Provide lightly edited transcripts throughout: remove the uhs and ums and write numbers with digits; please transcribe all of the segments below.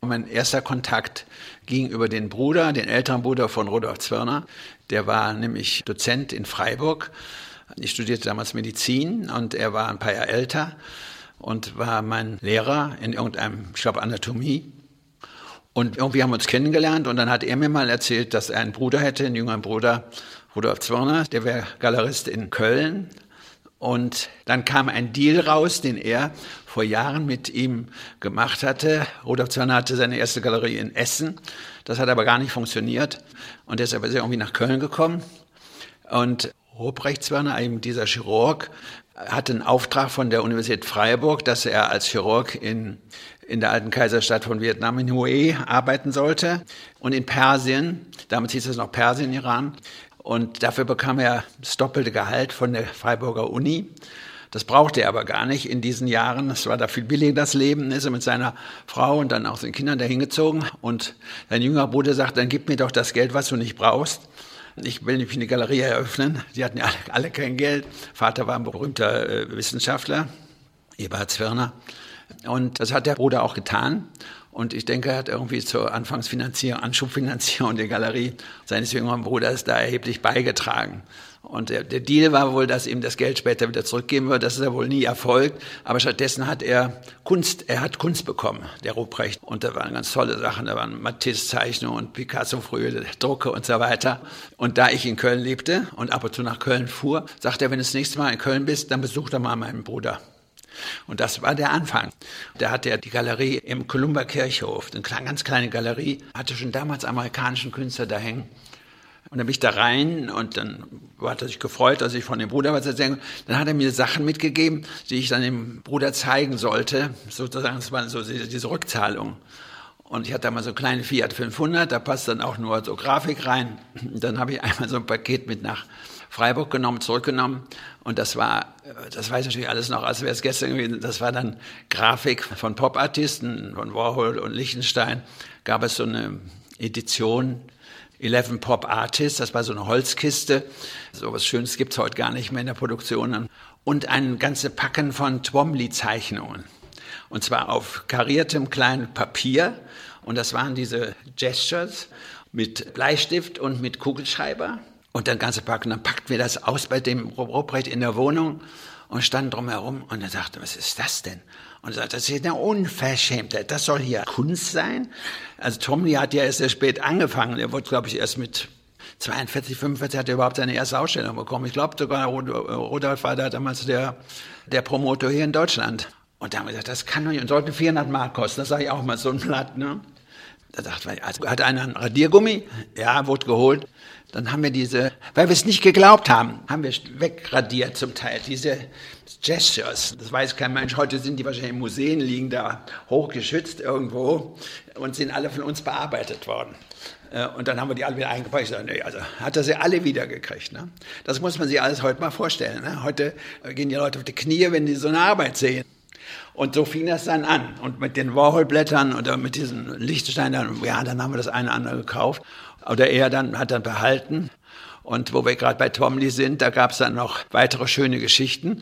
Mein erster Kontakt ging über den Bruder, den älteren Bruder von Rudolf Zwirner. Der war nämlich Dozent in Freiburg. Ich studierte damals Medizin und er war ein paar Jahre älter und war mein Lehrer in irgendeinem, ich glaube, Anatomie. Und irgendwie haben wir uns kennengelernt und dann hat er mir mal erzählt, dass er einen Bruder hätte, einen jüngeren Bruder, Rudolf Zwirner, der wäre Galerist in Köln. Und dann kam ein Deal raus, den er vor Jahren mit ihm gemacht hatte. Rudolf Zwirner hatte seine erste Galerie in Essen. Das hat aber gar nicht funktioniert. Und deshalb ist er irgendwie nach Köln gekommen. Und Ruprecht Zwirner, eben dieser Chirurg, hatte einen Auftrag von der Universität Freiburg, dass er als Chirurg in der alten Kaiserstadt von Vietnam, in Hue, arbeiten sollte. Und in Persien, damals hieß es noch Persien, Iran. Und dafür bekam er das doppelte Gehalt von der Freiburger Uni. Das brauchte er aber gar nicht in diesen Jahren. Es war da viel billiger, das Leben. Ist er mit seiner Frau und dann auch den Kindern dahin gezogen. Und sein jüngerer Bruder sagt, dann gib mir doch das Geld, was du nicht brauchst. Ich will nämlich eine Galerie eröffnen. Die hatten ja alle kein Geld. Vater war ein berühmter Wissenschaftler, Eberhard Zwirner. Und das hat der Bruder auch getan. Und ich denke, er hat irgendwie zur Anschubfinanzierung der Galerie seines jüngeren Bruders da erheblich beigetragen. Und der Deal war wohl, dass ihm das Geld später wieder zurückgeben wird. Das ist ja wohl nie erfolgt. Aber stattdessen hat er Kunst bekommen, der Ruprecht. Und da waren ganz tolle Sachen. Da waren Matisse-Zeichnungen und Picasso-frühe Drucke und so weiter. Und da ich in Köln lebte und ab und zu nach Köln fuhr, sagte er, wenn du das nächste Mal in Köln bist, dann besuch doch mal meinen Bruder. Und das war der Anfang. Da hatte er die Galerie im Kolumber Kirchhof, eine ganz kleine Galerie, hatte schon damals amerikanischen Künstler da hängen. Und dann bin ich da rein und dann hat er sich gefreut, dass ich von dem Bruder was erzählen konnte. Dann hat er mir Sachen mitgegeben, die ich dann dem Bruder zeigen sollte. Sozusagen, das war so diese Rückzahlung. Und ich hatte da mal so eine kleine Fiat 500, da passt dann auch nur so Grafik rein. Dann habe ich einmal so ein Paket mit nach Freiburg zurückgenommen. Und das weiß ich natürlich alles noch, als wäre es gestern gewesen. Das war dann Grafik von Pop-Artisten, von Warhol und Lichtenstein. Gab es so eine Edition, 11 Pop-Artists, das war so eine Holzkiste. So was Schönes gibt es heute gar nicht mehr in der Produktion. Und ein ganzes Packen von Twombly-Zeichnungen. Und zwar auf kariertem kleinen Papier. Und das waren diese Gestures mit Bleistift und mit Kugelschreiber. Und dann ganze Packen, dann packten wir das aus bei dem Ruprecht in der Wohnung und standen drumherum und er sagte, was ist das denn? Und er sagte, das ist eine Unverschämtheit, das soll hier Kunst sein? Also Twombly hat ja erst sehr spät angefangen, er wurde, glaube ich, erst mit 42, 45 hat er überhaupt seine erste Ausstellung bekommen. Ich glaube sogar, Rudolf war da damals der Promotor hier in Deutschland. Und da haben wir gesagt, das kann doch nicht, und sollte 400 Mark kosten, das sage ich auch mal, so ein Blatt, ne? Da dachte ich, also hat einer einen Radiergummi? Ja, wurde geholt. Dann haben wir weil wir es nicht geglaubt haben, haben wir wegradiert zum Teil, diese Gestures. Das weiß kein Mensch. Heute sind die wahrscheinlich in Museen, liegen da hochgeschützt irgendwo und sind alle von uns bearbeitet worden. Und dann haben wir die alle wieder eingepackt. Ich sage, nee, also hat er sie alle wiedergekriegt. Ne? Das muss man sich alles heute mal vorstellen. Ne? Heute gehen die Leute auf die Knie, wenn die so eine Arbeit sehen. Und so fing das dann an. Und mit den Warhol-Blättern oder mit diesen Lichtensteinern, ja, dann haben wir das eine oder andere gekauft. Oder er hat dann behalten. Und wo wir gerade bei Twombly sind, da gab es dann noch weitere schöne Geschichten.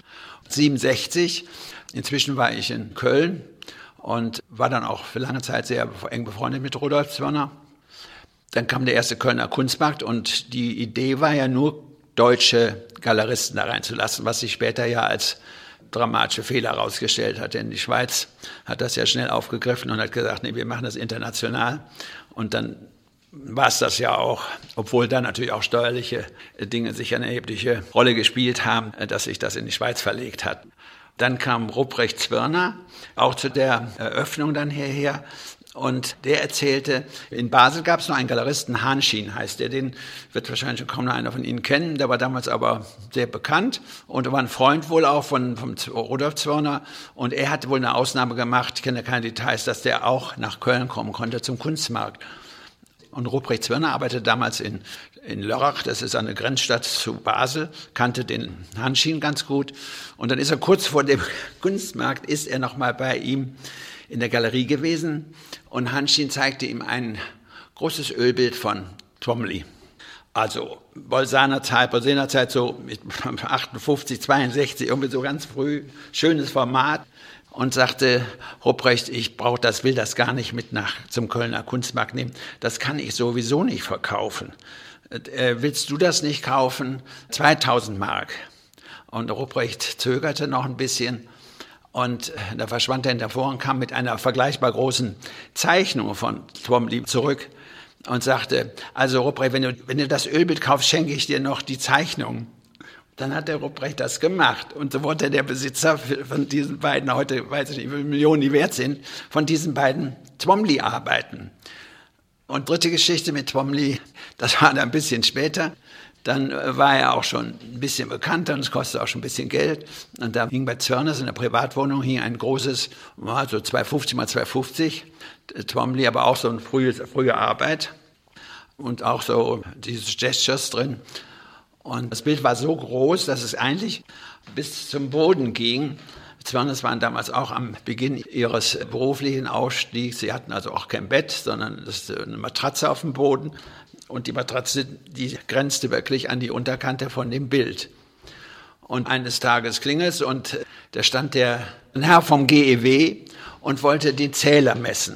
67, inzwischen war ich in Köln und war dann auch für lange Zeit sehr eng befreundet mit Rudolf Zwirner. Dann kam der erste Kölner Kunstmarkt und die Idee war ja nur, deutsche Galeristen da reinzulassen, was sich später ja als dramatische Fehler herausgestellt hat. Denn die Schweiz hat das ja schnell aufgegriffen und hat gesagt, nee, wir machen das international. Und dann war es das ja auch, obwohl da natürlich auch steuerliche Dinge sicher eine erhebliche Rolle gespielt haben, dass sich das in die Schweiz verlegt hat. Dann kam Ruprecht Zwirner, auch zu der Eröffnung dann hierher. Und der erzählte, in Basel gab es noch einen Galeristen, Hanschin heißt der, den wird wahrscheinlich schon kaum noch einer von Ihnen kennen, der war damals aber sehr bekannt und war ein Freund wohl auch vom Rudolf Zwirner und er hatte wohl eine Ausnahme gemacht, ich kenne keine Details, dass der auch nach Köln kommen konnte zum Kunstmarkt. Und Ruprecht Zwirner arbeitete damals in Lörrach, das ist eine Grenzstadt zu Basel, kannte den Hanschin ganz gut und dann ist er kurz vor dem Kunstmarkt, ist er noch mal bei ihm in der Galerie gewesen und Hanschin zeigte ihm ein großes Ölbild von Twombly. Also Bolsener Zeit so mit 58, 62, irgendwie so ganz früh, schönes Format. und sagte, Rupprecht, ich will das gar nicht mit zum Kölner Kunstmarkt nehmen. Das kann ich sowieso nicht verkaufen. Willst du das nicht kaufen? 2000 Mark. Und Rupprecht zögerte noch ein bisschen. Und da verschwand er in der Vorhang, kam mit einer vergleichbar großen Zeichnung von Twomly zurück und sagte, also Rupprecht, wenn du das Ölbild kaufst, schenke ich dir noch die Zeichnung. Dann hat der Rupprecht das gemacht und so wurde der Besitzer von diesen beiden, heute weiß ich nicht, wie viele Millionen die wert sind, von diesen beiden Twomly-Arbeiten. Und dritte Geschichte mit Twomly, das war dann ein bisschen später. Dann war er auch schon ein bisschen bekannter und es kostete auch schon ein bisschen Geld. Und da hing bei Zwirners in der Privatwohnung ein großes, so 250 mal 250, Twomly, aber auch so eine frühe Arbeit und auch so diese Gestures drin. Und das Bild war so groß, dass es eigentlich bis zum Boden ging. Zwirners waren damals auch am Beginn ihres beruflichen Ausstiegs. Sie hatten also auch kein Bett, sondern eine Matratze auf dem Boden. Und die Matratze, die grenzte wirklich an die Unterkante von dem Bild. Und eines Tages klingelt es und da stand ein Herr vom GEW und wollte den Zähler messen.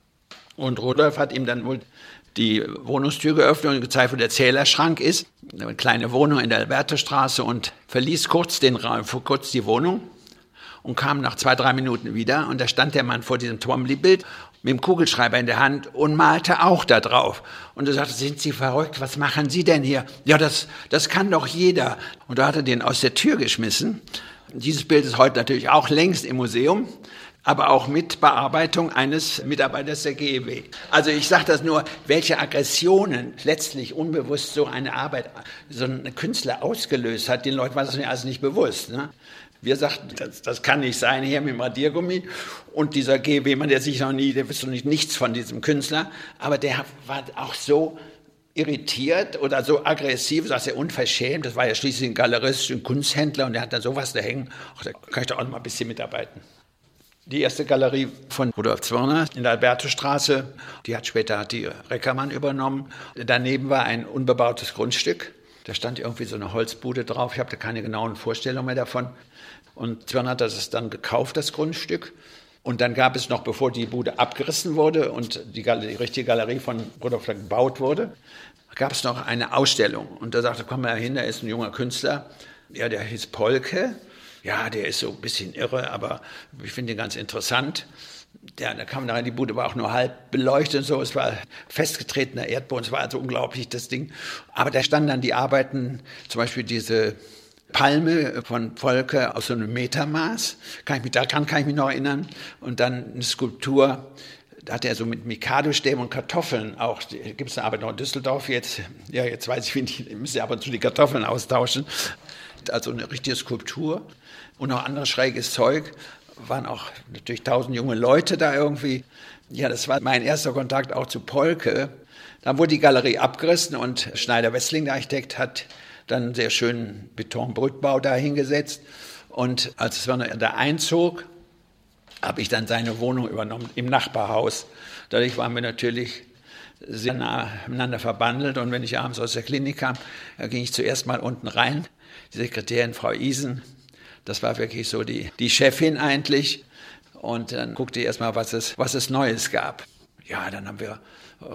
Und Rudolf hat ihm dann wohl die Wohnungstür geöffnet und gezeigt, wo der Zählerschrank ist. Eine kleine Wohnung in der Albertostraße und verließ kurz den Raum, kurz die Wohnung und kam nach 2-3 Minuten wieder. Und da stand der Mann vor diesem Twomly-Bild mit dem Kugelschreiber in der Hand und malte auch da drauf. Und er sagte, sind Sie verrückt, was machen Sie denn hier? Ja, das kann doch jeder. Und da hat er den aus der Tür geschmissen. Dieses Bild ist heute natürlich auch längst im Museum, aber auch mit Bearbeitung eines Mitarbeiters der GEW. Also ich sage das nur, welche Aggressionen letztlich unbewusst so eine Arbeit, so ein Künstler ausgelöst hat. Den Leuten war das also nicht bewusst. Ne? Wir sagten, das kann nicht sein, hier mit dem Radiergummi. Und dieser GEW-Mann, der wusste nichts von diesem Künstler, aber der war auch so irritiert oder so aggressiv, so sehr unverschämt. Das war ja schließlich ein Galerist, ein Kunsthändler und der hat da sowas da hängen. Ach, da kann ich doch auch noch mal ein bisschen mitarbeiten. Die erste Galerie von Rudolf Zwirner in der Albertostraße, die hat die Reckermann übernommen. Daneben war ein unbebautes Grundstück. Da stand irgendwie so eine Holzbude drauf. Ich habe da keine genauen Vorstellungen mehr davon. Und Zwirner hat das dann gekauft, das Grundstück. Und dann gab es noch, bevor die Bude abgerissen wurde und die richtige Galerie von Rudolf gebaut wurde, gab es noch eine Ausstellung. Und da sagte, komm mal hin, da ist ein junger Künstler. Ja, der hieß Polke. Ja, der ist so ein bisschen irre, aber ich finde ihn ganz interessant. Da kam rein, die Bude war auch nur halb beleuchtet und so. Es war festgetretener Erdboden, es war also unglaublich, das Ding. Aber da standen dann die Arbeiten, zum Beispiel diese Palme von Volke aus so einem Metermaß. Daran kann ich mich noch erinnern. Und dann eine Skulptur, da hat er so mit Mikado-Stäben und Kartoffeln auch, gibt es eine Arbeit noch in Düsseldorf jetzt. Ja, jetzt weiß ich, ich müsste ab und zu die Kartoffeln austauschen. Also eine richtige Skulptur. Und noch anderes schräges Zeug. Waren auch natürlich 1000 junge Leute da irgendwie. Ja, das war mein erster Kontakt auch zu Polke. Dann wurde die Galerie abgerissen und Schneider-Wessling, der Architekt, hat dann einen sehr schönen Betonbrückbau da hingesetzt. Und als es da einzog, habe ich dann seine Wohnung übernommen im Nachbarhaus. Dadurch waren wir natürlich sehr nah miteinander verbandelt. Und wenn ich abends aus der Klinik kam, ging ich zuerst mal unten rein. Die Sekretärin, Frau Isen, das war wirklich so die Chefin eigentlich. Und dann guckte ich erst mal, was es Neues gab. Ja, dann haben wir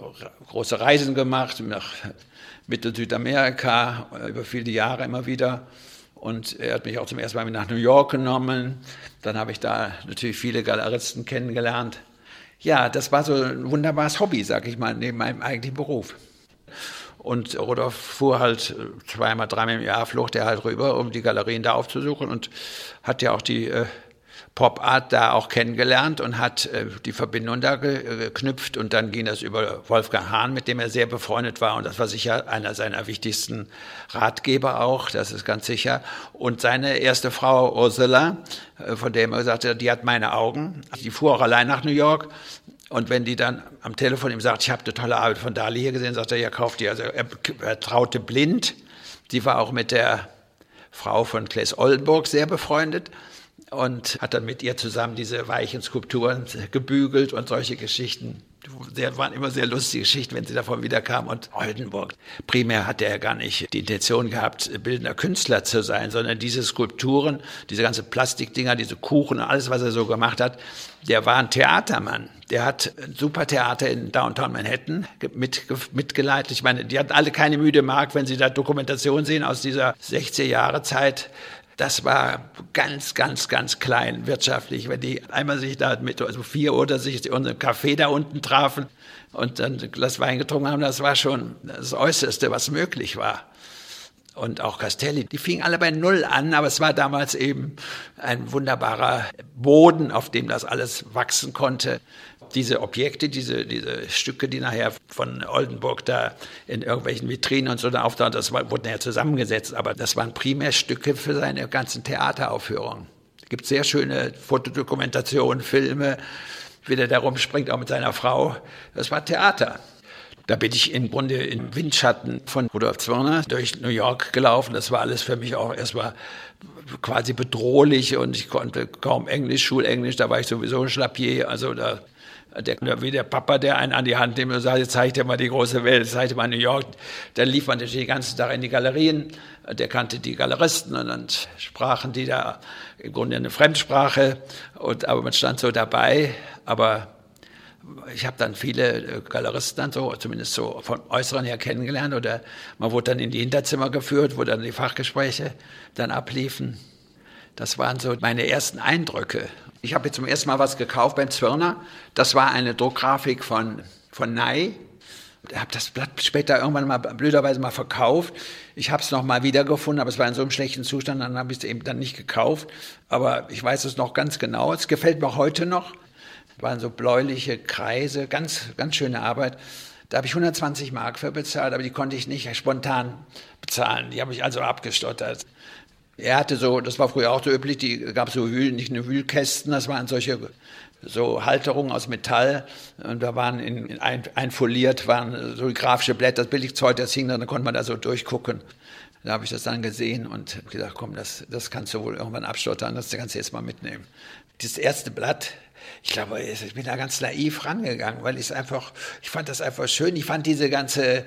große Reisen gemacht nach Mittel- Südamerika, über viele Jahre immer wieder. Und er hat mich auch zum ersten Mal mit nach New York genommen. Dann habe ich da natürlich viele Galeristen kennengelernt. Ja, das war so ein wunderbares Hobby, sag ich mal, neben meinem eigentlichen Beruf. Und Rudolf fuhr halt 2-mal, 3-mal im Jahr, flog er halt rüber, um die Galerien da aufzusuchen und hat ja auch die Pop-Art da auch kennengelernt und hat die Verbindung da geknüpft. Und dann ging das über Wolfgang Hahn, mit dem er sehr befreundet war. Und das war sicher einer seiner wichtigsten Ratgeber auch, das ist ganz sicher. Und seine erste Frau Ursula, von der er gesagt hat, die hat meine Augen. Die fuhr auch allein nach New York. Und wenn die dann am Telefon ihm sagt, ich habe eine tolle Arbeit von Dali hier gesehen, sagt er, ja, kauft die. Also er traute blind. Sie war auch mit der Frau von Claes Oldenburg sehr befreundet und hat dann mit ihr zusammen diese weichen Skulpturen gebügelt und solche Geschichten. Das waren immer sehr lustige Geschichten, wenn sie davon wiederkamen. Und Oldenburg, primär hatte er gar nicht die Intention gehabt, bildender Künstler zu sein, sondern diese Skulpturen, diese ganzen Plastikdinger, diese Kuchen und alles, was er so gemacht hat, der war ein Theatermann. Der hat ein super Theater in Downtown Manhattan mitgeleitet. Ich meine, die hatten alle keine müde Mark, wenn sie da Dokumentation sehen aus dieser 60er-Jahre-Zeit. Das war ganz, ganz, ganz klein wirtschaftlich, wenn die einmal sich da mit 4 Uhr sich in einem Café da unten trafen und dann ein Glas Wein getrunken haben, das war schon das Äußerste, was möglich war. Und auch Castelli, die fingen alle bei Null an, aber es war damals eben ein wunderbarer Boden, auf dem das alles wachsen konnte. Diese Objekte, diese Stücke, die nachher von Oldenburg da in irgendwelchen Vitrinen und so da auftauchen, wurden ja zusammengesetzt, aber das waren Primärstücke für seine ganzen Theateraufführungen. Es gibt sehr schöne Fotodokumentationen, Filme, wie der da rumspringt, auch mit seiner Frau. Das war Theater. Da bin ich im Grunde im Windschatten von Rudolf Zwirner durch New York gelaufen. Das war alles für mich auch erstmal quasi bedrohlich und ich konnte kaum Englisch, Schulenglisch, da war ich sowieso ein Schlappier. Also wie der Papa, der einen an die Hand nimmt und sagt, jetzt zeig dir mal die große Welt, zeig dir mal New York. Dann lief man natürlich den ganzen Tag in die Galerien. Der kannte die Galeristen und dann sprachen die da im Grunde eine Fremdsprache. Aber man stand so dabei. Aber ich habe dann viele Galeristen dann so, zumindest so von Äußeren her kennengelernt. Oder man wurde dann in die Hinterzimmer geführt, wo dann die Fachgespräche dann abliefen. Das waren so meine ersten Eindrücke. Ich habe jetzt zum ersten Mal was gekauft beim Zwirner. Das war eine Druckgrafik von Ney. Ich habe das Blatt später irgendwann mal blöderweise mal verkauft. Ich habe es noch mal wiedergefunden, aber es war in so einem schlechten Zustand, dann habe ich es eben dann nicht gekauft. Aber ich weiß es noch ganz genau. Es gefällt mir auch heute noch. Es waren so bläuliche Kreise, ganz, ganz schöne Arbeit. Da habe ich 120 Mark für bezahlt, aber die konnte ich nicht spontan bezahlen. Die habe ich also abgestottert. Er hatte so, das war früher auch so üblich, die gab so nicht nur Wühlkästen, das waren solche so Halterungen aus Metall und da waren einfoliert waren so grafische Blätter, das Billigzeug, das hing da, dann konnte man da so durchgucken. Da habe ich das dann gesehen und gesagt, komm, das kannst du wohl irgendwann abstottern, das kannst du jetzt mal mitnehmen. Das erste Blatt, ich glaube, ich bin da ganz naiv rangegangen, weil ich fand das einfach schön. Ich fand diese ganze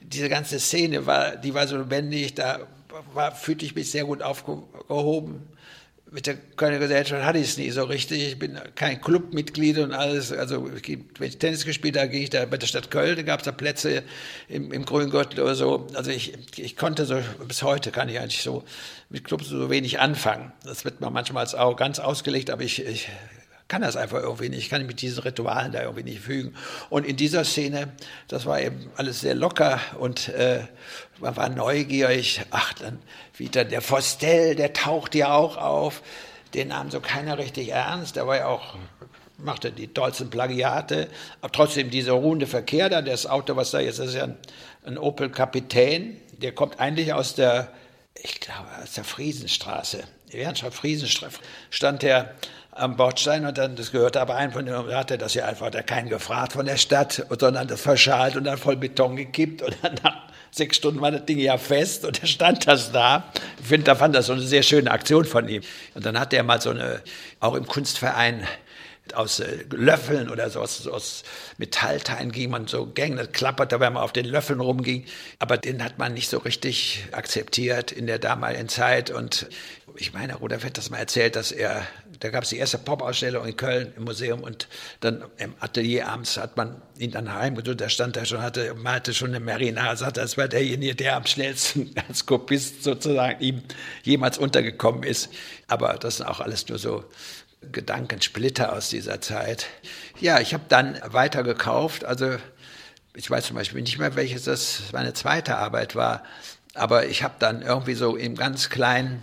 Szene, die war so lebendig, fühlte ich mich sehr gut aufgehoben. Mit der Kölner Gesellschaft hatte ich es nie so richtig. Ich bin kein Clubmitglied und alles. Also wenn ich Tennis gespielt habe, ging ich da bei der Stadt Köln, da gab es da Plätze im Grüngürtel oder so. Also ich konnte so, bis heute kann ich eigentlich so mit Clubs so wenig anfangen. Das wird mir manchmal als Arroganz ausgelegt, aber ich kann das einfach irgendwie nicht. Ich kann mit diesen Ritualen da irgendwie nicht fügen. Und in dieser Szene, das war eben alles sehr locker und man war neugierig. Ach, dann wieder der Vostell, der taucht ja auch auf. Den nahm so keiner richtig ernst. Der war ja auch, machte die tollsten Plagiate. Aber trotzdem dieser ruhende Verkehr da, das Auto, was da jetzt ist, ja ein Opel Kapitän. Der kommt eigentlich aus der Friesenstraße. Die Ehrenstadt Friesenstraße stand der am Bordstein und dann, das gehörte aber einem von denen, hat er das ja einfach, der keinen gefragt von der Stadt, sondern das verschalt und dann voll Beton gekippt und dann nach 6 Stunden war das Ding ja fest und dann stand das da. Da fand das so eine sehr schöne Aktion von ihm. Und dann hat er mal auch im Kunstverein aus Löffeln oder so aus Metallteilen ging man so Gänge, das klapperte, wenn man auf den Löffeln rumging. Aber den hat man nicht so richtig akzeptiert in der damaligen Zeit. Und ich meine, Rudolf hat das mal erzählt, da gab es die erste Pop-Ausstellung in Köln im Museum und dann im Atelier abends hat man ihn dann heimgesucht, da stand er schon, malte schon eine Marina, sagte, das war derjenige, der am schnellsten als Kopist sozusagen ihm jemals untergekommen ist. Aber das sind auch alles nur so Gedankensplitter aus dieser Zeit. Ja, ich habe dann weiter gekauft, also ich weiß zum Beispiel nicht mehr, welches das meine zweite Arbeit war, aber ich habe dann irgendwie so im ganz klein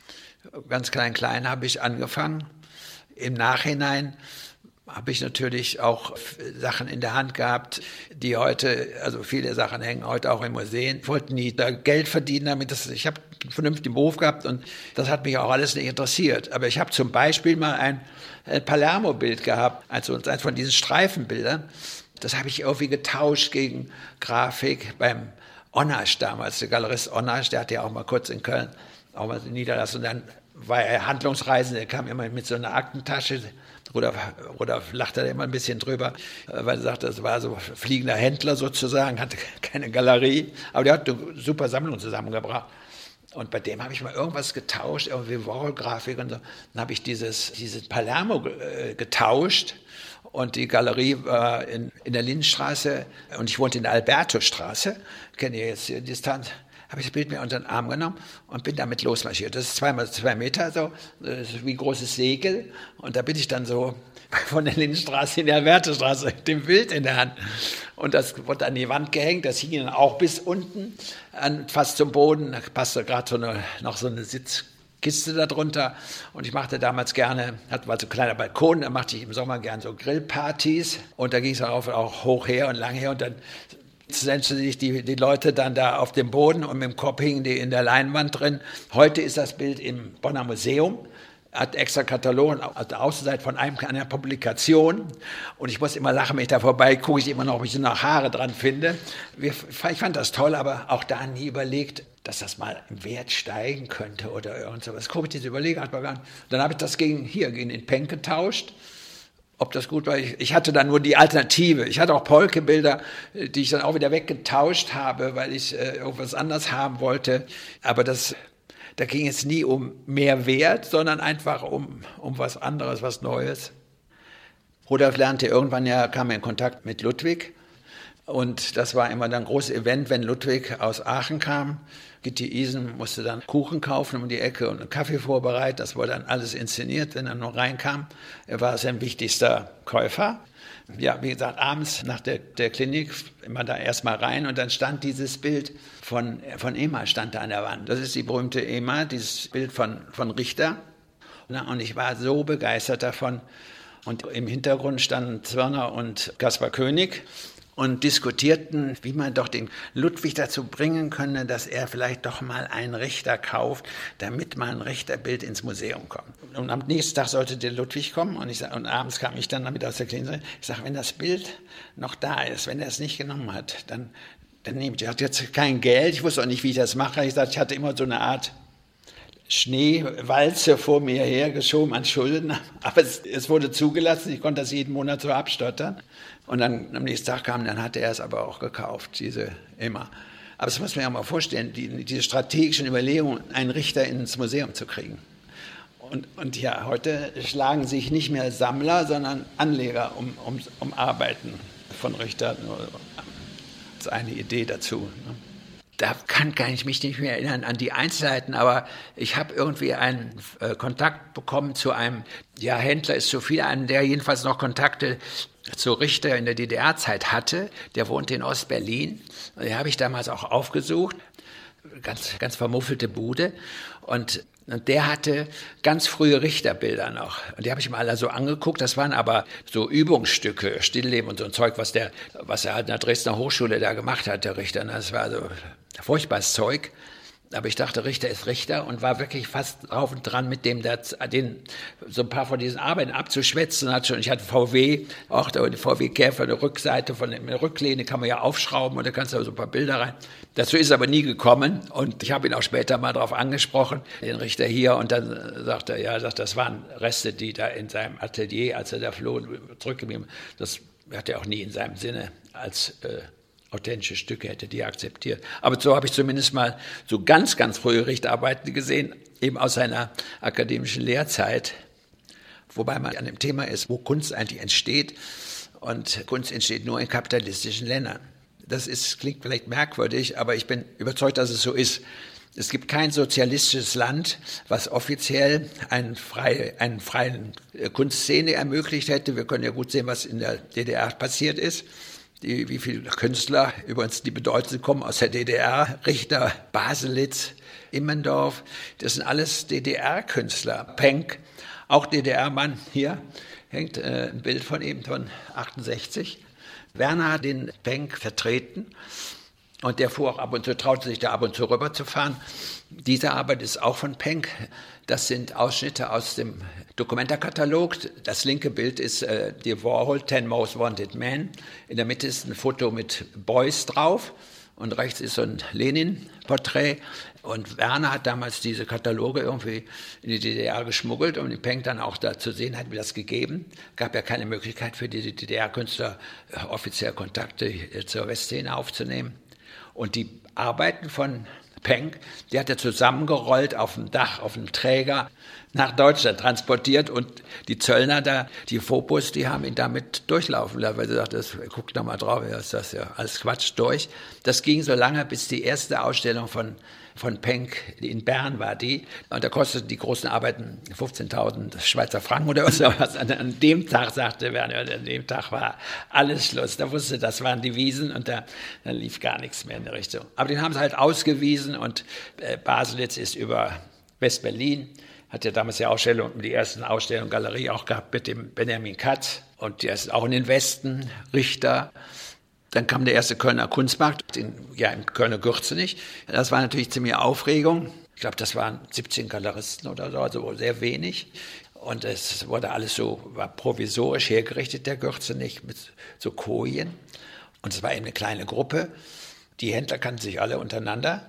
habe ich angefangen. Im Nachhinein habe ich natürlich auch Sachen in der Hand gehabt, die heute, also viele Sachen hängen heute auch in Museen. Ich wollte nie da Geld verdienen damit. Ich habe einen vernünftigen Beruf gehabt und das hat mich auch alles nicht interessiert. Aber ich habe zum Beispiel mal ein Palermo-Bild gehabt, also eins von diesen Streifenbildern. Das habe ich irgendwie getauscht gegen Grafik beim Onnasch damals, der Galerist Onnasch, der hatte ja auch mal kurz in Köln auch mal niederlassen. Und dann war er Handlungsreisender, der kam immer mit so einer Aktentasche Rudolf lachte da immer ein bisschen drüber, weil er sagte, das war so fliegender Händler sozusagen, hatte keine Galerie, aber der hat eine super Sammlung zusammengebracht. Und bei dem habe ich mal irgendwas getauscht, irgendwie Warhol-Grafik und so. Dann habe ich dieses Palermo getauscht und die Galerie war in der Lindenstraße und ich wohnte in der Albertostraße, kenne ich jetzt die Distanz. Habe ich das Bild mir unter den Arm genommen und bin damit losmarschiert. Das ist 2 mal 2 Meter, so wie ein großes Segel. Und da bin ich dann so von der Lindenstraße in die Albertostraße mit dem Bild in der Hand. Und das wurde an die Wand gehängt. Das hing dann auch bis unten, fast zum Boden. Da passte gerade noch so eine Sitzkiste darunter. Und ich machte damals gerne, war so ein kleiner Balkon, da machte ich im Sommer gerne so Grillpartys. Und da ging es auch hoch her und lang her. Und dann setzten sich die Leute dann da auf dem Boden und mit dem Kopf hingen die in der Leinwand drin. Heute ist das Bild im Bonner Museum, hat extra Katalog, auf der Außenseite von einer Publikation. Und ich muss immer lachen, wenn ich da vorbei gucke, ich immer noch, ob ich noch Haare dran finde. Ich fand das toll, aber auch da nie überlegt, dass das mal im Wert steigen könnte oder irgend sowas. Diese Überlegung hat man gar nicht. Dann habe ich das gegen den Penck getauscht. Ob das gut war, ich hatte dann nur die Alternative. Ich hatte auch Polke-Bilder, die ich dann auch wieder weggetauscht habe, weil ich irgendwas anderes haben wollte. Aber da ging es nie um mehr Wert, sondern einfach um was anderes, was Neues. Rudolf kam in Kontakt mit Ludwig. Und das war immer dann ein großes Event, wenn Ludwig aus Aachen kam. Gitti Isen musste dann Kuchen kaufen um die Ecke und einen Kaffee vorbereiten. Das wurde dann alles inszeniert, wenn er nur reinkam. Er war sein wichtigster Käufer. Ja, wie gesagt, abends nach der Klinik immer da erstmal rein und dann stand dieses Bild von Ema stand da an der Wand. Das ist die berühmte Ema, dieses Bild von Richter. Und ich war so begeistert davon. Und im Hintergrund standen Zwirner und Caspar Koenig und diskutierten, wie man doch den Ludwig dazu bringen könne, dass er vielleicht doch mal einen Richter kauft, damit mal ein Richterbild ins Museum kommt. Und am nächsten Tag sollte der Ludwig kommen und abends kam ich dann damit aus der Klinik. Ich sage, wenn das Bild noch da ist, wenn er es nicht genommen hat, dann nehmt ihr. Er hat jetzt kein Geld, ich wusste auch nicht, wie ich das mache. Ich sagte, ich hatte immer so eine Art Schneewalze vor mir hergeschoben an Schulden, aber es wurde zugelassen, ich konnte das jeden Monat so abstottern. Und dann am nächsten Tag dann hatte er es aber auch gekauft, diese Ema. Aber das muss man ja mal vorstellen, diese strategischen Überlegungen, einen Richter ins Museum zu kriegen. Und ja, heute schlagen sich nicht mehr Sammler, sondern Anleger um Arbeiten von Richtern. Das ist eine Idee dazu. Ne? Da kann ich mich nicht mehr erinnern an die Einzelheiten, aber ich habe irgendwie einen Kontakt bekommen zu einem, ja, Händler ist zu viel, einem, der jedenfalls noch Kontakte zu Richter in der DDR-Zeit hatte. Der wohnte in Ostberlin. Den habe ich damals auch aufgesucht. Ganz vermuffelte Bude. Und der hatte ganz frühe Richterbilder noch. Und die habe ich mir alle so angeguckt. Das waren aber so Übungsstücke, Stillleben und so ein Zeug, was er halt in der Dresdner Hochschule da gemacht hat, der Richter. Das war so furchtbares Zeug. Aber ich dachte, Richter ist Richter und war wirklich fast drauf und dran, mit dem so ein paar von diesen Arbeiten abzuschwätzen. Ich hatte VW, auch die VW Käfer, eine Rückseite von der Rücklehne kann man ja aufschrauben und da kannst du so ein paar Bilder rein. Dazu ist aber nie gekommen und ich habe ihn auch später mal darauf angesprochen, den Richter hier, und dann sagte er, das waren Reste, die da in seinem Atelier, als er da floh, zurückgeblieben. Das hat er auch nie in seinem Sinne als authentische Stücke hätte die akzeptiert. Aber so habe ich zumindest mal so ganz, ganz frühe Richterarbeiten gesehen, eben aus seiner akademischen Lehrzeit, wobei man an dem Thema ist, wo Kunst eigentlich entsteht. Und Kunst entsteht nur in kapitalistischen Ländern. Klingt vielleicht merkwürdig, aber ich bin überzeugt, dass es so ist. Es gibt kein sozialistisches Land, was offiziell eine freie Kunstszene ermöglicht hätte. Wir können ja gut sehen, was in der DDR passiert ist. Wie viele Künstler, übrigens die bedeutendsten kommen aus der DDR, Richter, Baselitz, Immendorf, das sind alles DDR-Künstler. Penck, auch DDR-Mann, hier hängt ein Bild von ihm von 68. Werner hat den Penck vertreten und der fuhr auch ab und zu, traute sich da ab und zu rüber zu fahren. Diese Arbeit ist auch von Penck. Das sind Ausschnitte aus dem Documenta-Katalog. Das linke Bild ist die Warhol 10 Most Wanted Men. In der Mitte ist ein Foto mit Beuys drauf und rechts ist so ein Lenin-Porträt. Und Werner hat damals diese Kataloge irgendwie in die DDR geschmuggelt, um den Penck dann auch da zu sehen, hat mir das gegeben. Gab ja keine Möglichkeit für die DDR-Künstler, offiziell Kontakte zur Westszene aufzunehmen. Und die Arbeiten von Penck, die hat er zusammengerollt auf dem Dach, auf dem Träger nach Deutschland transportiert und die Zöllner da, die Fopus, die haben ihn damit durchlaufen lassen, weil sie sagten, guckt doch mal drauf, ja, ist das ja alles Quatsch durch. Das ging so lange, bis die erste Ausstellung von Penck in Bern war die. Und da kosteten die großen Arbeiten 15.000 Schweizer Franken oder was. An dem Tag, sagte Werner, an dem Tag war alles Schluss. Da wusste, das waren die Wiesen und da lief gar nichts mehr in der Richtung. Aber den haben sie halt ausgewiesen und Baselitz ist über West-Berlin, hat ja damals die ersten Ausstellungen, Galerie auch gehabt mit dem Benjamin Katz und der ist auch in den Westen, Richter. Dann kam der erste Kölner Kunstmarkt, im Kölner Gürzenich. Das war natürlich ziemlich Aufregung. Ich glaube, das waren 17 Galeristen oder so, also sehr wenig. Und es wurde alles war provisorisch hergerichtet, der Gürzenich, mit so Kojen. Und es war eben eine kleine Gruppe. Die Händler kannten sich alle untereinander.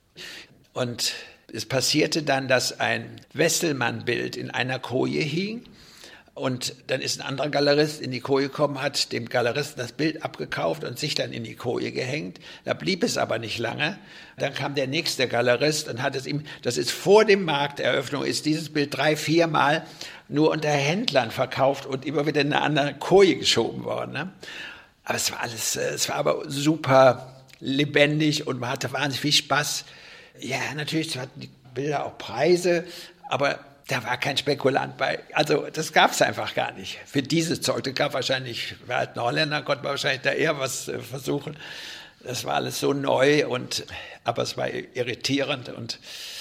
Und es passierte dann, dass ein Wesselmann-Bild in einer Koje hing. Und dann ist ein anderer Galerist in die Koje gekommen, hat dem Galeristen das Bild abgekauft und sich dann in die Koje gehängt. Da blieb es aber nicht lange. Dann kam der nächste Galerist und hat es ihm, das ist vor dem Markteröffnung, ist dieses Bild 3-4 Mal nur unter Händlern verkauft und immer wieder in eine andere Koje geschoben worden. Ne? Aber es war aber super lebendig und man hatte wahnsinnig viel Spaß. Ja, natürlich hatten die Bilder auch Preise, aber da war kein Spekulant bei. Also das gab es einfach gar nicht. Für dieses Zeug, das gab wahrscheinlich, wir alten Holländer, konnten wir wahrscheinlich da eher was versuchen. Das war alles so neu, aber es war irritierend. Und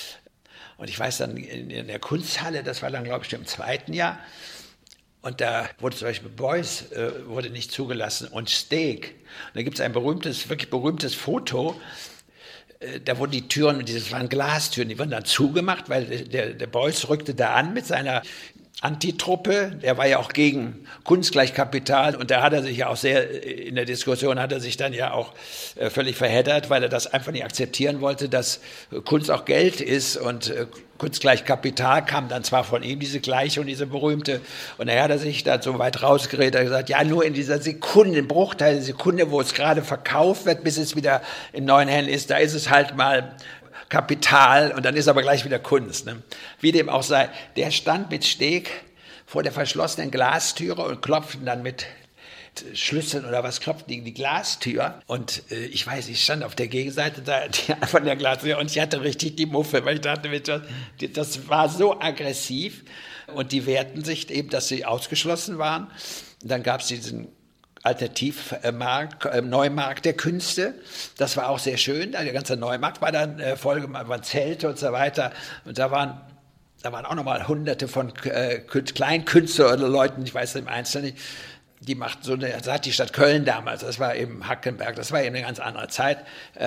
ich weiß dann, in der Kunsthalle, das war dann, glaube ich, im 2. Jahr, und da wurde zum Beispiel Beuys wurde nicht zugelassen und Steg. Und da gibt es ein wirklich berühmtes Foto. Da wurden die Türen, das waren Glastüren, die wurden dann zugemacht, weil der Beuys rückte da an mit seiner Antitruppe. Der war ja auch gegen Kunst gleich Kapital und da hat er sich ja auch in der Diskussion hat er sich dann ja auch völlig verheddert, weil er das einfach nicht akzeptieren wollte, dass Kunst auch Geld ist und Kunst gleich Kapital kam dann zwar von ihm, diese Gleichung, diese berühmte, und er hat sich da so weit rausgeredet, er hat gesagt, ja, nur in dieser Sekunde, im Bruchteil der Sekunde, wo es gerade verkauft wird, bis es wieder in neuen Händen ist, da ist es halt mal Kapital und dann ist aber gleich wieder Kunst. Ne? Wie dem auch sei, der stand mit Steg vor der verschlossenen Glastüre und klopften dann mit Schlüsseln oder was, klopften gegen die Glastür und ich stand auf der Gegenseite von der Glastür und ich hatte richtig die Muffe, weil ich dachte, das war so aggressiv und die wehrten sich eben, dass sie ausgeschlossen waren. Und dann gab es diesen Alternativmarkt, Neumarkt der Künste. Das war auch sehr schön. Der ganze Neumarkt war dann vollgemacht, waren Zelte und so weiter. Und da waren auch nochmal Hunderte von Kleinkünstlern oder Leuten, ich weiß im Einzelnen nicht, die machten das hat die Stadt Köln damals, das war eben Hackenberg, das war eben eine ganz andere Zeit.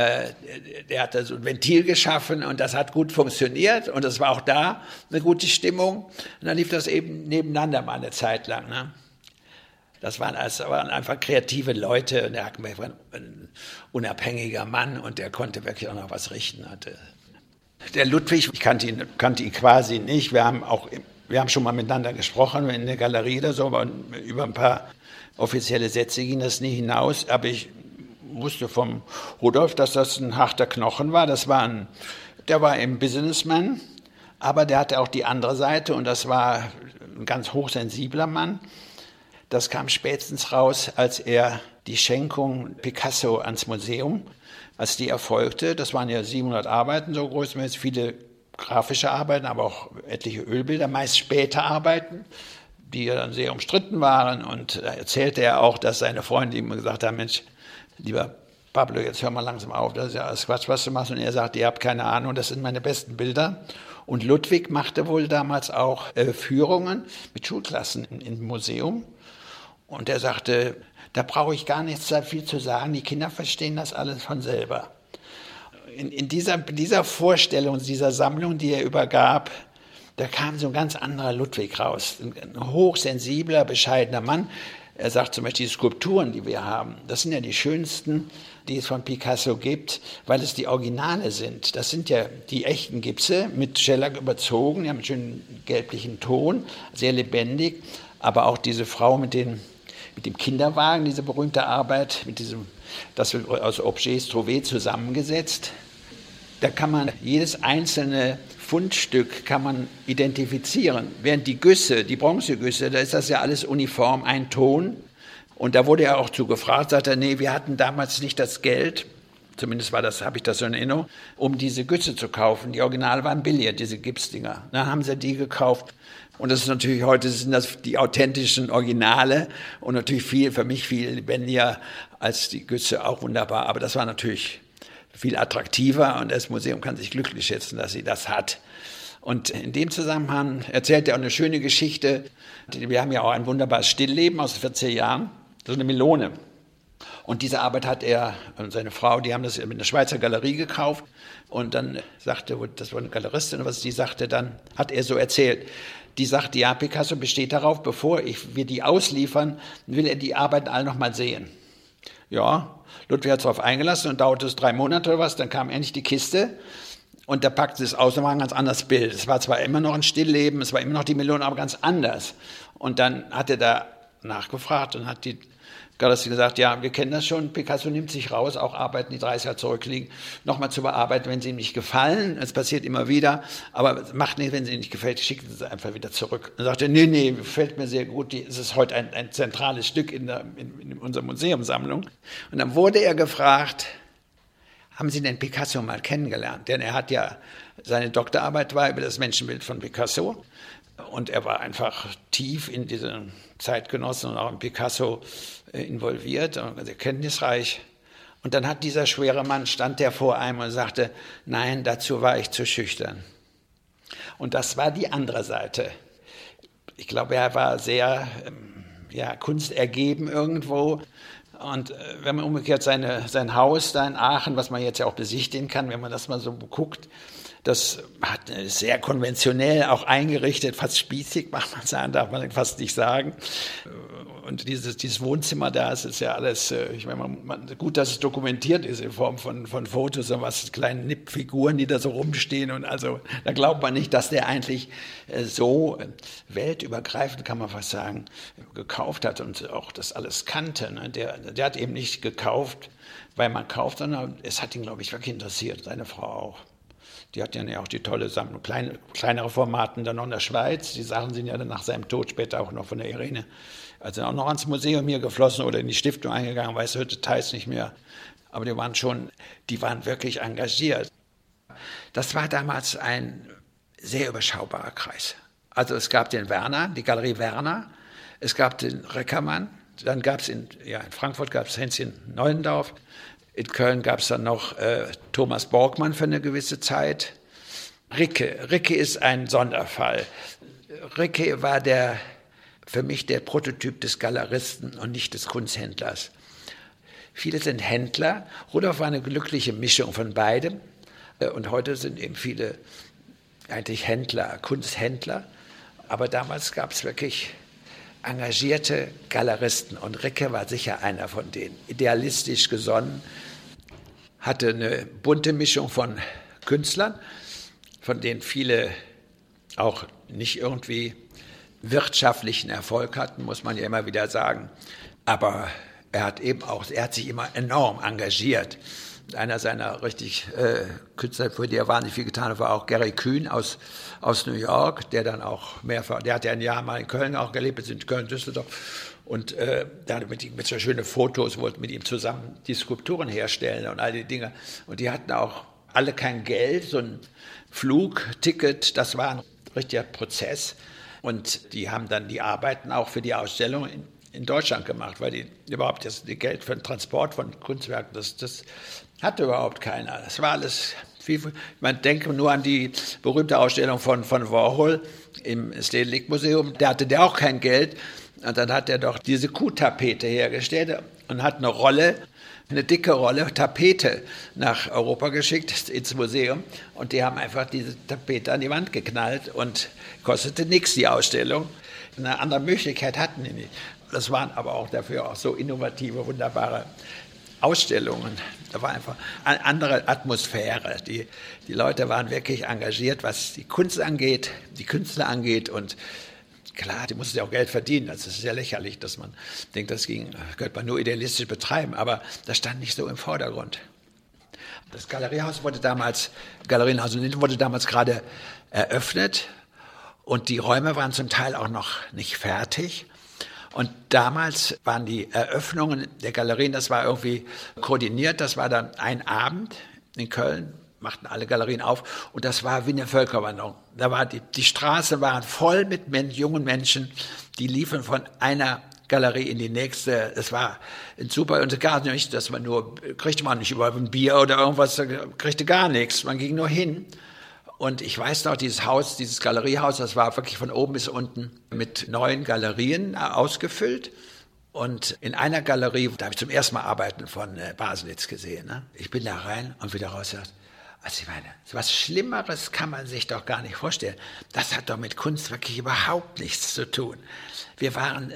Der hat da so ein Ventil geschaffen und das hat gut funktioniert und es war auch da eine gute Stimmung. Und dann lief das eben nebeneinander mal eine Zeit lang, ne? Das waren einfach kreative Leute und der Hackenberg war ein unabhängiger Mann und der konnte wirklich auch noch was richten. Der Ludwig, ich kannte ihn quasi nicht, wir haben schon mal miteinander gesprochen in der Galerie oder so, aber über ein paar offizielle Sätze ging das nie hinaus, aber ich wusste vom Rudolf, dass das ein harter Knochen war, der war ein Businessman, aber der hatte auch die andere Seite und das war ein ganz hochsensibler Mann. Das kam spätestens raus, als er die Schenkung Picasso ans Museum, als die erfolgte, das waren ja 700 Arbeiten, so großmäßig, viele grafische Arbeiten, aber auch etliche Ölbilder, meist späte Arbeiten, die ja dann sehr umstritten waren. Und da erzählte er auch, dass seine Freunde ihm gesagt haben, Mensch, lieber Pablo, jetzt hör mal langsam auf, das ist ja alles Quatsch, was du machst. Und er sagte, ihr habt keine Ahnung, das sind meine besten Bilder. Und Ludwig machte wohl damals auch Führungen mit Schulklassen im Museum. Und er sagte, da brauche ich gar nichts viel zu sagen, die Kinder verstehen das alles von selber. In dieser Vorstellung, dieser Sammlung, die er übergab, da kam so ein ganz anderer Ludwig raus. Ein hochsensibler, bescheidener Mann. Er sagt zum Beispiel, die Skulpturen, die wir haben, das sind ja die schönsten, die es von Picasso gibt, weil es die Originale sind. Das sind ja die echten Gipse mit Shellac überzogen, die haben einen schönen gelblichen Ton, sehr lebendig. Aber auch diese Frau mit dem Kinderwagen, diese berühmte Arbeit, das wird aus Objets Trouvés zusammengesetzt. Da kann man jedes einzelne Fundstück kann man identifizieren. Während die Güsse, die Bronzegüsse, da ist das ja alles uniform, ein Ton. Und da wurde er auch zu gefragt, sagt er, nee, wir hatten damals nicht das Geld, zumindest habe ich das so in Erinnerung, um diese Güsse zu kaufen. Die Originale waren billiger, diese Gipsdinger. Dann haben sie die gekauft. Und das ist natürlich heute sind das die authentischen Originale und natürlich für mich viel lebendiger als die Güsse, auch wunderbar. Aber das war natürlich viel attraktiver und das Museum kann sich glücklich schätzen, dass sie das hat. Und in dem Zusammenhang erzählt er auch eine schöne Geschichte. Wir haben ja auch ein wunderbares Stillleben aus den 40er Jahren, so eine Melone. Und diese Arbeit hat er und seine Frau, die haben das mit einer Schweizer Galerie gekauft. Und dann sagte, das war eine Galeristin, was die sagte, dann hat er so erzählt. Die sagte, ja, Picasso besteht darauf, bevor wir die ausliefern, will er die Arbeiten alle noch mal sehen. Ja, Ludwig hat sich darauf eingelassen und dauerte es 3 Monate oder was, dann kam endlich die Kiste und da packte es aus und war ein ganz anderes Bild. Es war zwar immer noch ein Stillleben, es war immer noch die Melone, aber ganz anders. Und dann hat er da nachgefragt und hat die Galeristin gesagt, ja, wir kennen das schon, Picasso nimmt sich raus, auch Arbeiten, die 30 Jahre zurückliegen, nochmal zu bearbeiten, wenn sie ihm nicht gefallen. Es passiert immer wieder, aber macht nicht, wenn sie ihm nicht gefällt, schickt sie einfach wieder zurück. Und sagte, nee, gefällt mir sehr gut, es ist heute ein zentrales Stück in unserer Museumssammlung. Und dann wurde er gefragt, haben Sie denn Picasso mal kennengelernt? Denn er hat ja, seine Doktorarbeit war über das Menschenbild von Picasso. Und er war einfach tief in diesen Zeitgenossen und auch in Picasso involviert und sehr kenntnisreich. Und dann hat dieser schwere Mann, stand der vor einem und sagte, nein, dazu war ich zu schüchtern. Und das war die andere Seite. Ich glaube, er war sehr kunstergeben irgendwo. Und wenn man umgekehrt sein Haus da in Aachen, was man jetzt ja auch besichtigen kann, wenn man das mal so guckt, das ist sehr konventionell auch eingerichtet, fast spießig, darf man fast nicht sagen. Und dieses Wohnzimmer da, es ist ja alles, ich meine, gut, dass es dokumentiert ist in Form von Fotos und was, kleinen Nippfiguren, die da so rumstehen. Und also, da glaubt man nicht, dass der eigentlich so weltübergreifend, kann man fast sagen, gekauft hat und auch das alles kannte. Ne? Der hat eben nicht gekauft, weil man kauft, sondern es hat ihn, glaube ich, wirklich interessiert, seine Frau auch. Die hat ja auch die tolle Sammlung, kleinere Formaten dann noch in der Schweiz. Die Sachen sind ja dann nach seinem Tod später auch noch von der Irene, also auch noch ans Museum hier geflossen oder in die Stiftung eingegangen, weiß heute Details nicht mehr. Aber die waren wirklich engagiert. Das war damals ein sehr überschaubarer Kreis. Also es gab den Werner, die Galerie Werner, es gab den Reckermann, dann gab es in Frankfurt gab es Hänschen Neuendorf. In Köln gab es dann noch Thomas Borgmann für eine gewisse Zeit. Ricke ist ein Sonderfall. Ricke war für mich der Prototyp des Galeristen und nicht des Kunsthändlers. Viele sind Händler. Rudolf war eine glückliche Mischung von beidem. Und heute sind eben viele eigentlich Händler, Kunsthändler. Aber damals gab es wirklich engagierte Galeristen. Und Ricke war sicher einer von denen. Idealistisch gesonnen, hatte eine bunte Mischung von Künstlern, von denen viele auch nicht irgendwie wirtschaftlichen Erfolg hatten, muss man ja immer wieder sagen. Aber er hat sich immer enorm engagiert. Einer seiner Künstler, für die er wahnsinnig viel getan hat, war auch Gary Kühn aus New York, der dann auch der hat ja ein Jahr mal in Köln auch gelebt, jetzt in Köln-Düsseldorf. Und da hat er mit so schönen Fotos, wollte mit ihm zusammen die Skulpturen herstellen und all die Dinge. Und die hatten auch alle kein Geld, so ein Flugticket, das war ein richtiger Prozess. Und die haben dann die Arbeiten auch für die Ausstellung in Deutschland gemacht, weil die überhaupt das Geld für den Transport von Kunstwerken, das hatte überhaupt keiner. Das war alles viel. Man denke nur an die berühmte Ausstellung von Warhol im Stedelijk Museum. Da hatte der auch kein Geld. Und dann hat er doch diese Kuhtapete hergestellt und hat eine dicke Rolle Tapete nach Europa geschickt, ins Museum. Und die haben einfach diese Tapete an die Wand geknallt und kostete nichts, die Ausstellung. Eine andere Möglichkeit hatten die nicht. Das waren aber auch dafür auch so innovative, wunderbare Ausstellungen. Da war einfach eine andere Atmosphäre. Die Leute waren wirklich engagiert, was die Kunst angeht, die Künstler angeht. Und klar, die mussten ja auch Geld verdienen. Das ist ja lächerlich, dass man denkt, könnte man nur idealistisch betreiben. Aber das stand nicht so im Vordergrund. Das Galeriehaus Galerienhaus in Linden wurde damals gerade eröffnet. Und die Räume waren zum Teil auch noch nicht fertig. Und damals waren die Eröffnungen der Galerien, das war irgendwie koordiniert, das war dann ein Abend in Köln, machten alle Galerien auf und das war wie eine Völkerwanderung. Da war die Straßen waren voll mit jungen Menschen, die liefen von einer Galerie in die nächste. Das war super und gar nicht, dass kriegte man nicht überhaupt ein Bier oder irgendwas, kriegte gar nichts, man ging nur hin. Und ich weiß noch, dieses Galeriehaus, das war wirklich von oben bis unten mit neuen Galerien ausgefüllt. Und in einer Galerie, da habe ich zum ersten Mal Arbeiten von Baselitz gesehen. Ne? Ich bin da rein und wieder raus. Also ich meine, was Schlimmeres kann man sich doch gar nicht vorstellen. Das hat doch mit Kunst wirklich überhaupt nichts zu tun. Wir waren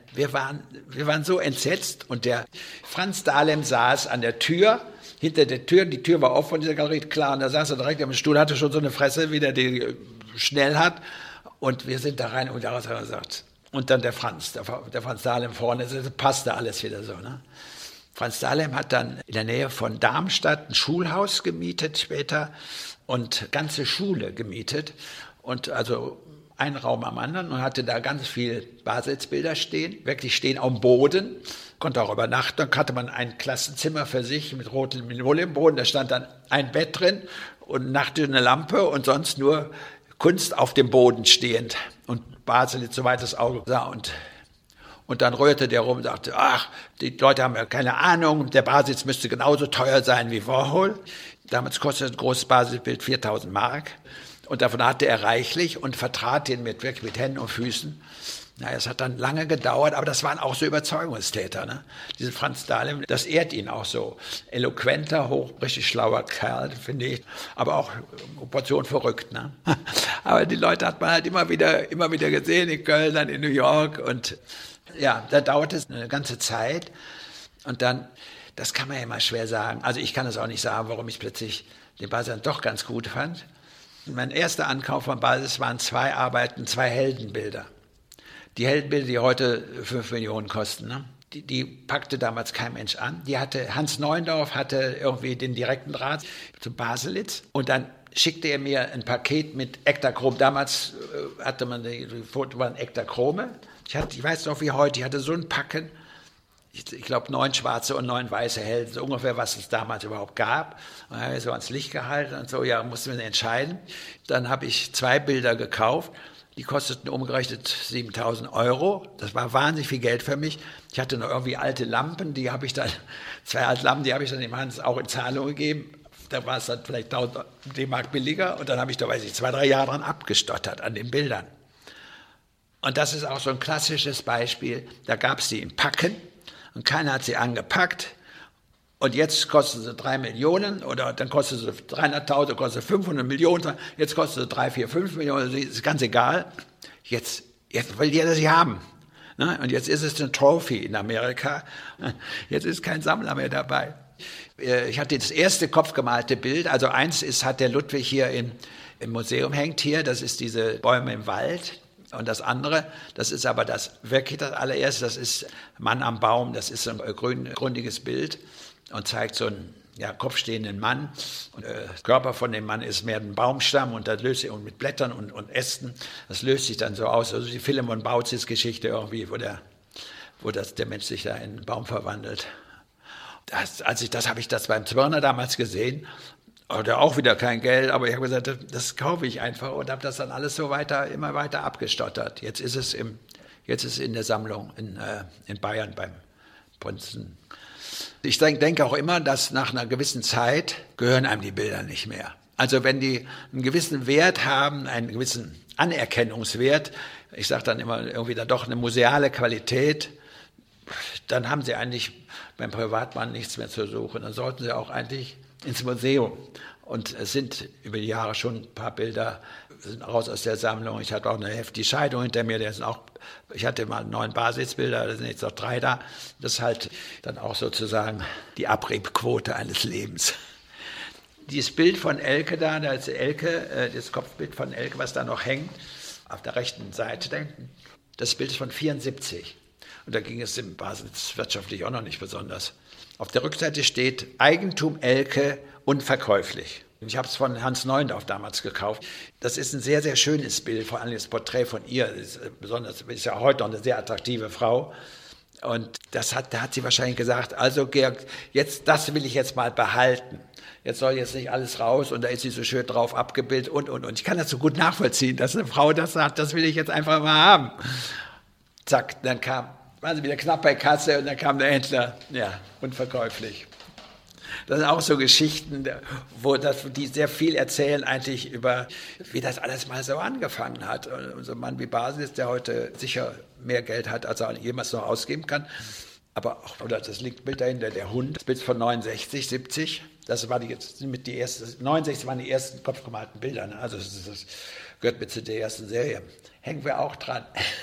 so entsetzt und der Franz Dahlem saß an der Tür, hinter der Tür, die Tür war offen von dieser Galerie, klar, und da saß er direkt am Stuhl, hatte schon so eine Fresse, wie der die schnell hat. Und wir sind da rein und daraus hat er gesagt. Und dann der Franz Dahlem vorne, das passte alles wieder so. Ne? Franz Dahlem hat dann in der Nähe von Darmstadt ein Schulhaus gemietet später und ganze Schule gemietet. Und also einen Raum am anderen und hatte da ganz viel Baselitz-Bilder wirklich stehen am Boden. Konnte auch übernachten, dann hatte man ein Klassenzimmer für sich mit rotem Linoleum im Boden, da stand dann ein Bett drin und nachts eine Lampe und sonst nur Kunst auf dem Boden stehend und Baselitz, soweit das Auge sah und dann rührte der rum und sagte, ach, die Leute haben ja keine Ahnung, der Baselitz müsste genauso teuer sein wie Warhol. Damals kostete ein großes Baselitz-Bild 4.000 Mark und davon hatte er reichlich und vertrat den wirklich mit Händen und Füßen. Naja, es hat dann lange gedauert, aber das waren auch so Überzeugungstäter. Ne? Dieser Franz Dahlem, das ehrt ihn auch so. Eloquenter, richtig schlauer Kerl, finde ich, aber auch Portion verrückt. Ne? Aber die Leute hat man halt immer wieder gesehen, in Köln, dann in New York. Und ja, da dauerte es eine ganze Zeit. Und dann, das kann man ja immer schwer sagen. Also ich kann es auch nicht sagen, warum ich plötzlich den Basel doch ganz gut fand. Mein erster Ankauf von Baselitz waren 2 Arbeiten, 2 Heldenbilder. Die Heldenbilder, die heute 5 Millionen kosten, ne? Die packte damals kein Mensch an. Hans Neuendorf hatte irgendwie den direkten Draht zu Baselitz und dann schickte er mir ein Paket mit Ektachrom. Damals hatte man die Fotos waren Ektachrome. Ich weiß noch wie heute, ich hatte so ein Packen, ich glaube 9 schwarze und 9 weiße Helden, so ungefähr, was es damals überhaupt gab. Und dann habe ich so ans Licht gehalten und so, ja, mussten wir entscheiden. Dann habe ich 2 Bilder gekauft. Die kosteten umgerechnet 7.000 €. Das war wahnsinnig viel Geld für mich. Ich hatte noch irgendwie alte Lampen, 2 alte Lampen, die habe ich dann dem Hans auch in Zahlung gegeben. Da war es dann vielleicht 1.000 D-Mark billiger und dann habe ich da, 2, 3 Jahre dran abgestottert an den Bildern. Und das ist auch so ein klassisches Beispiel. Da gab es die im Packen und keiner hat sie angepackt. Und jetzt kosten sie 3 Millionen oder dann kostet sie 300.000, kostet 500 Millionen, jetzt kostet sie 3, 4, 5 Millionen, ist ganz egal. Jetzt will jeder sie haben. Ne? Und jetzt ist es eine Trophy in Amerika. Jetzt ist kein Sammler mehr dabei. Ich hatte das erste kopfgemalte Bild, also eins hat der Ludwig hier im Museum hängt hier, das ist diese Bäume im Wald. Und das andere, das ist aber wirklich das allererste, das ist Mann am Baum, das ist so ein gründiges Bild. Und zeigt so einen kopfstehenden Mann. Und der Körper von dem Mann ist mehr ein Baumstamm und das löst sich mit Blättern und Ästen. Das löst sich dann so aus. Also die Philemon Bautzis Geschichte irgendwie, wo der Mensch sich da in einen Baum verwandelt. Das habe ich beim Zwirner damals gesehen. Hatte auch wieder kein Geld, aber ich habe gesagt, das kaufe ich einfach und habe das dann alles so immer weiter abgestottert. Jetzt ist es in der Sammlung in Bayern beim Prinzen. Ich denke auch immer, dass nach einer gewissen Zeit gehören einem die Bilder nicht mehr. Also wenn die einen gewissen Wert haben, einen gewissen Anerkennungswert, ich sage dann immer irgendwie dann doch eine museale Qualität, dann haben sie eigentlich beim Privatmann nichts mehr zu suchen. Dann sollten sie auch eigentlich ins Museum. Und es sind über die Jahre schon ein paar Bilder sind raus aus der Sammlung. Ich hatte auch eine heftige Scheidung hinter mir, der sind auch Ich hatte mal 9 Basisbilder, da sind jetzt noch 3 da. Das ist halt dann auch sozusagen die Abriebquote eines Lebens. Dieses Bild von Elke da ist Elke, das Kopfbild von Elke, was da noch hängt, auf der rechten Seite, das Bild ist von 74. Und da ging es im Basis wirtschaftlich auch noch nicht besonders. Auf der Rückseite steht Eigentum Elke unverkäuflich. Ich habe es von Hans Neuendorf damals gekauft. Das ist ein sehr, sehr schönes Bild, vor allem das Porträt von ihr. Ist ja heute noch eine sehr attraktive Frau. Und da hat sie wahrscheinlich gesagt, also Georg, das will ich jetzt mal behalten. Jetzt soll jetzt nicht alles raus und da ist sie so schön drauf abgebildet und. Ich kann das so gut nachvollziehen, dass eine Frau das sagt, das will ich jetzt einfach mal haben. Zack, dann waren sie wieder knapp bei Kasse und dann kam der Händler, ja, unverkäuflich. Das sind auch so Geschichten, die sehr viel erzählen eigentlich über, wie das alles mal so angefangen hat. Und so ein Mann wie Basis, der heute sicher mehr Geld hat, als er jemals noch ausgeben kann. Aber auch, oder das liegt Bild dahinter, der Hund, das Bild von 69, 70. Das war die ersten, 69 waren die ersten kopfgemalten Bilder. Ne? Also das gehört mit zu der ersten Serie. Hängen wir auch dran.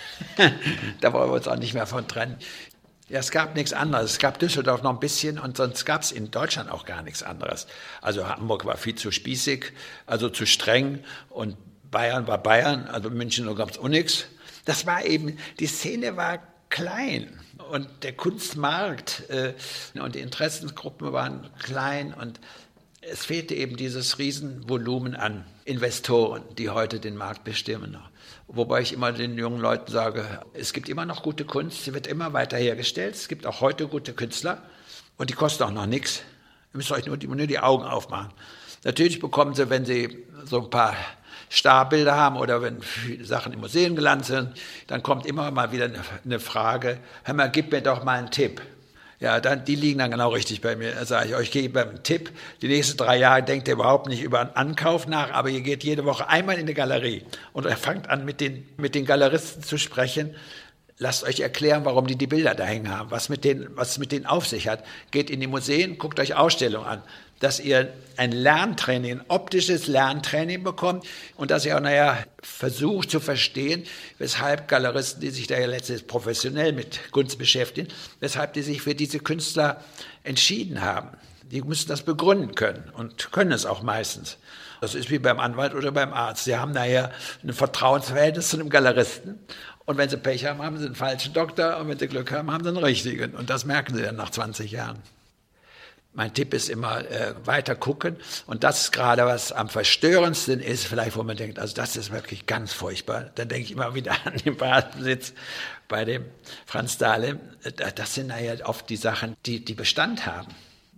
Da wollen wir uns auch nicht mehr von trennen. Ja, es gab nichts anderes. Es gab Düsseldorf noch ein bisschen und sonst gab es in Deutschland auch gar nichts anderes. Also Hamburg war viel zu spießig, also zu streng und Bayern war Bayern, also München gab es auch nichts. Das war eben, die Szene war klein und der Kunstmarkt und die Interessengruppen waren klein und es fehlte eben dieses Riesenvolumen an Investoren, die heute den Markt bestimmen. Wobei ich immer den jungen Leuten sage, es gibt immer noch gute Kunst, sie wird immer weiter hergestellt. Es gibt auch heute gute Künstler und die kosten auch noch nichts. Ihr müsst euch nur die Augen aufmachen. Natürlich bekommen sie, wenn sie so ein paar Starbilder haben oder wenn Sachen in Museen gelandet sind, dann kommt immer mal wieder eine Frage, hör mal, gib mir doch mal einen Tipp. Ja, die liegen dann genau richtig bei mir. Da sage ich euch, gebe einen Tipp. Die nächsten 3 Jahre denkt ihr überhaupt nicht über einen Ankauf nach, aber ihr geht jede Woche einmal in eine Galerie und ihr fangt an, mit den Galeristen zu sprechen. Lasst euch erklären, warum die Bilder da hängen haben, was mit denen auf sich hat. Geht in die Museen, guckt euch Ausstellungen an, dass ihr ein Lerntraining, ein optisches Lerntraining bekommt und dass ihr auch, versucht zu verstehen, weshalb Galeristen, die sich da ja letztlich professionell mit Kunst beschäftigen, weshalb die sich für diese Künstler entschieden haben. Die müssen das begründen können und können es auch meistens. Das ist wie beim Anwalt oder beim Arzt. Sie haben nachher ein Vertrauensverhältnis zu einem Galeristen. Und wenn sie Pech haben, haben sie einen falschen Doktor. Und wenn sie Glück haben, haben sie einen richtigen. Und das merken sie dann nach 20 Jahren. Mein Tipp ist immer, weiter gucken. Und das ist gerade, was am verstörendsten ist, vielleicht wo man denkt, also das ist wirklich ganz furchtbar. Dann denke ich immer wieder an den Badensitz bei dem Franz Dahlem. Das sind nachher oft die Sachen, die Bestand haben.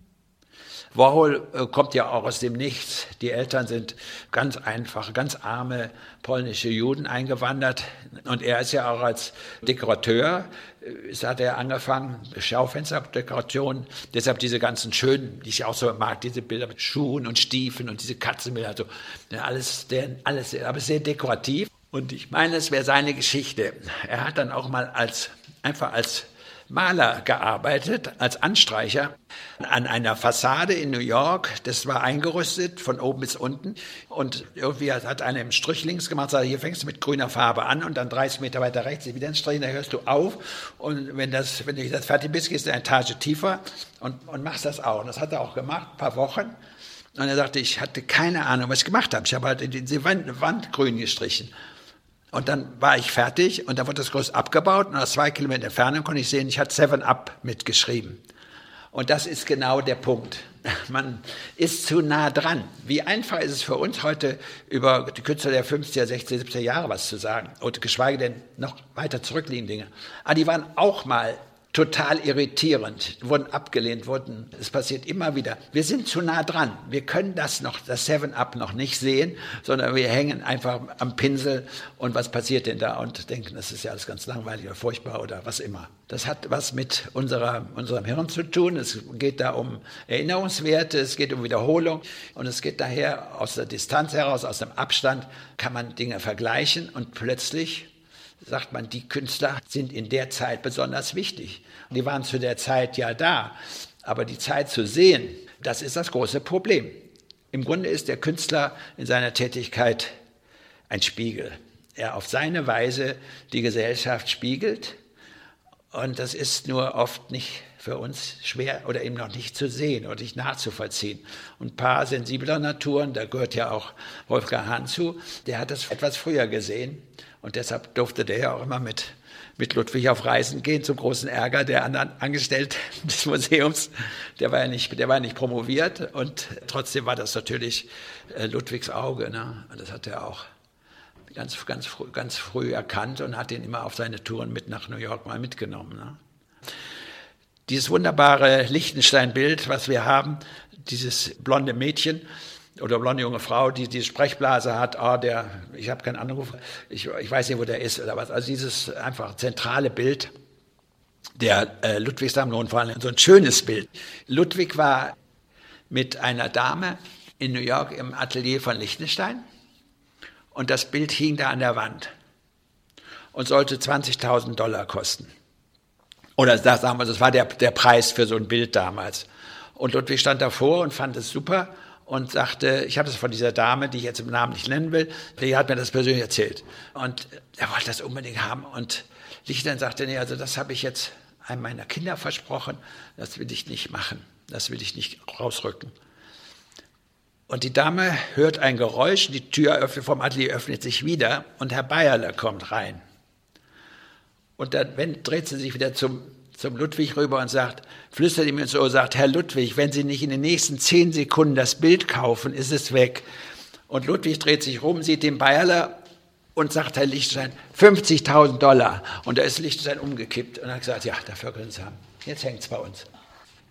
Warhol kommt ja auch aus dem Nichts. Die Eltern sind ganz einfach, ganz arme polnische Juden eingewandert. Und er ist ja auch als Dekorateur, hat er angefangen, Schaufensterdekoration. Deshalb diese ganzen schönen, die ich auch so mag, diese Bilder mit Schuhen und Stiefeln und diese Katzenbilder. Also, alles, aber sehr dekorativ. Und ich meine, es wäre seine Geschichte. Er hat dann auch mal einfach als Maler gearbeitet, als Anstreicher an einer Fassade in New York. Das war eingerüstet von oben bis unten und irgendwie hat einer im Strich links gemacht, sagt, hier fängst du mit grüner Farbe an und dann 30 Meter weiter rechts wieder ein Strich, dann hörst du auf und wenn du das fertig bist, gehst du eine Etage tiefer und machst das auch. Und das hat er auch gemacht, ein paar Wochen. Und er sagte, ich hatte keine Ahnung, was ich gemacht habe. Ich habe halt diese Wand grün gestrichen. Und dann war ich fertig und dann wurde das Gerüst abgebaut und aus 2 Kilometer Entfernung konnte ich sehen, ich hatte 7-Up mitgeschrieben. Und das ist genau der Punkt. Man ist zu nah dran. Wie einfach ist es für uns heute, über die Künstler der 50er, 60er, 70er Jahre was zu sagen. Und geschweige denn noch weiter zurückliegende Dinge. Aber die waren auch mal total irritierend, wurden abgelehnt, es passiert immer wieder. Wir sind zu nah dran. Wir können das 7-Up noch nicht sehen, sondern wir hängen einfach am Pinsel und was passiert denn da und denken, das ist ja alles ganz langweilig oder furchtbar oder was immer. Das hat was mit unserem Hirn zu tun. Es geht da um Erinnerungswerte, es geht um Wiederholung und es geht daher aus der Distanz heraus, aus dem Abstand, kann man Dinge vergleichen und plötzlich sagt man, die Künstler sind in der Zeit besonders wichtig. Die waren zu der Zeit ja da, aber die Zeit zu sehen, das ist das große Problem. Im Grunde ist der Künstler in seiner Tätigkeit ein Spiegel. er auf seine Weise die Gesellschaft spiegelt. Und das ist nur oft nicht für uns schwer oder eben noch nicht zu sehen oder nicht nachzuvollziehen. Und ein paar sensibler Naturen, da gehört ja auch Wolfgang Hahn zu, der hat das etwas früher gesehen. Und deshalb durfte der ja auch immer mit Ludwig auf Reisen gehen, zum großen Ärger der anderen Angestellten des Museums. Der war nicht promoviert und trotzdem war das natürlich Ludwigs Auge. Ne? Das hat er auch ganz früh erkannt und hat ihn immer auf seine Touren mit nach New York mal mitgenommen. Ne? Dieses wunderbare Lichtenstein-Bild, was wir haben, dieses blonde Mädchen oder blonde junge Frau, die diese Sprechblase hat, ich habe keinen Anruf, ich weiß nicht, wo der ist oder was. Also dieses einfach zentrale Bild der Ludwigssammlung, vor allem so ein schönes Bild. Ludwig war mit einer Dame in New York im Atelier von Lichtenstein. Und das Bild hing da an der Wand und sollte $20.000 kosten. Oder sagen wir, das war der Preis für so ein Bild damals. Und Ludwig stand davor und fand es super und sagte, ich habe das von dieser Dame, die ich jetzt im Namen nicht nennen will, die hat mir das persönlich erzählt. Und er wollte das unbedingt haben. Und Lichtenstein sagte, nee, also das habe ich jetzt einem meiner Kinder versprochen, das will ich nicht machen, das will ich nicht rausrücken. Und die Dame hört ein Geräusch, die Tür vom Atelier öffnet sich wieder und Herr Beierle kommt rein. Und dann dreht sie sich wieder zum Ludwig rüber und flüstert ihm ins Ohr, sagt, Herr Ludwig, wenn Sie nicht in den nächsten 10 Sekunden das Bild kaufen, ist es weg. Und Ludwig dreht sich rum, sieht den Beierle und sagt Herr Lichtenstein, $50.000. Und da ist Lichtenstein umgekippt und hat gesagt, ja, dafür können Sie haben. Jetzt hängt es bei uns.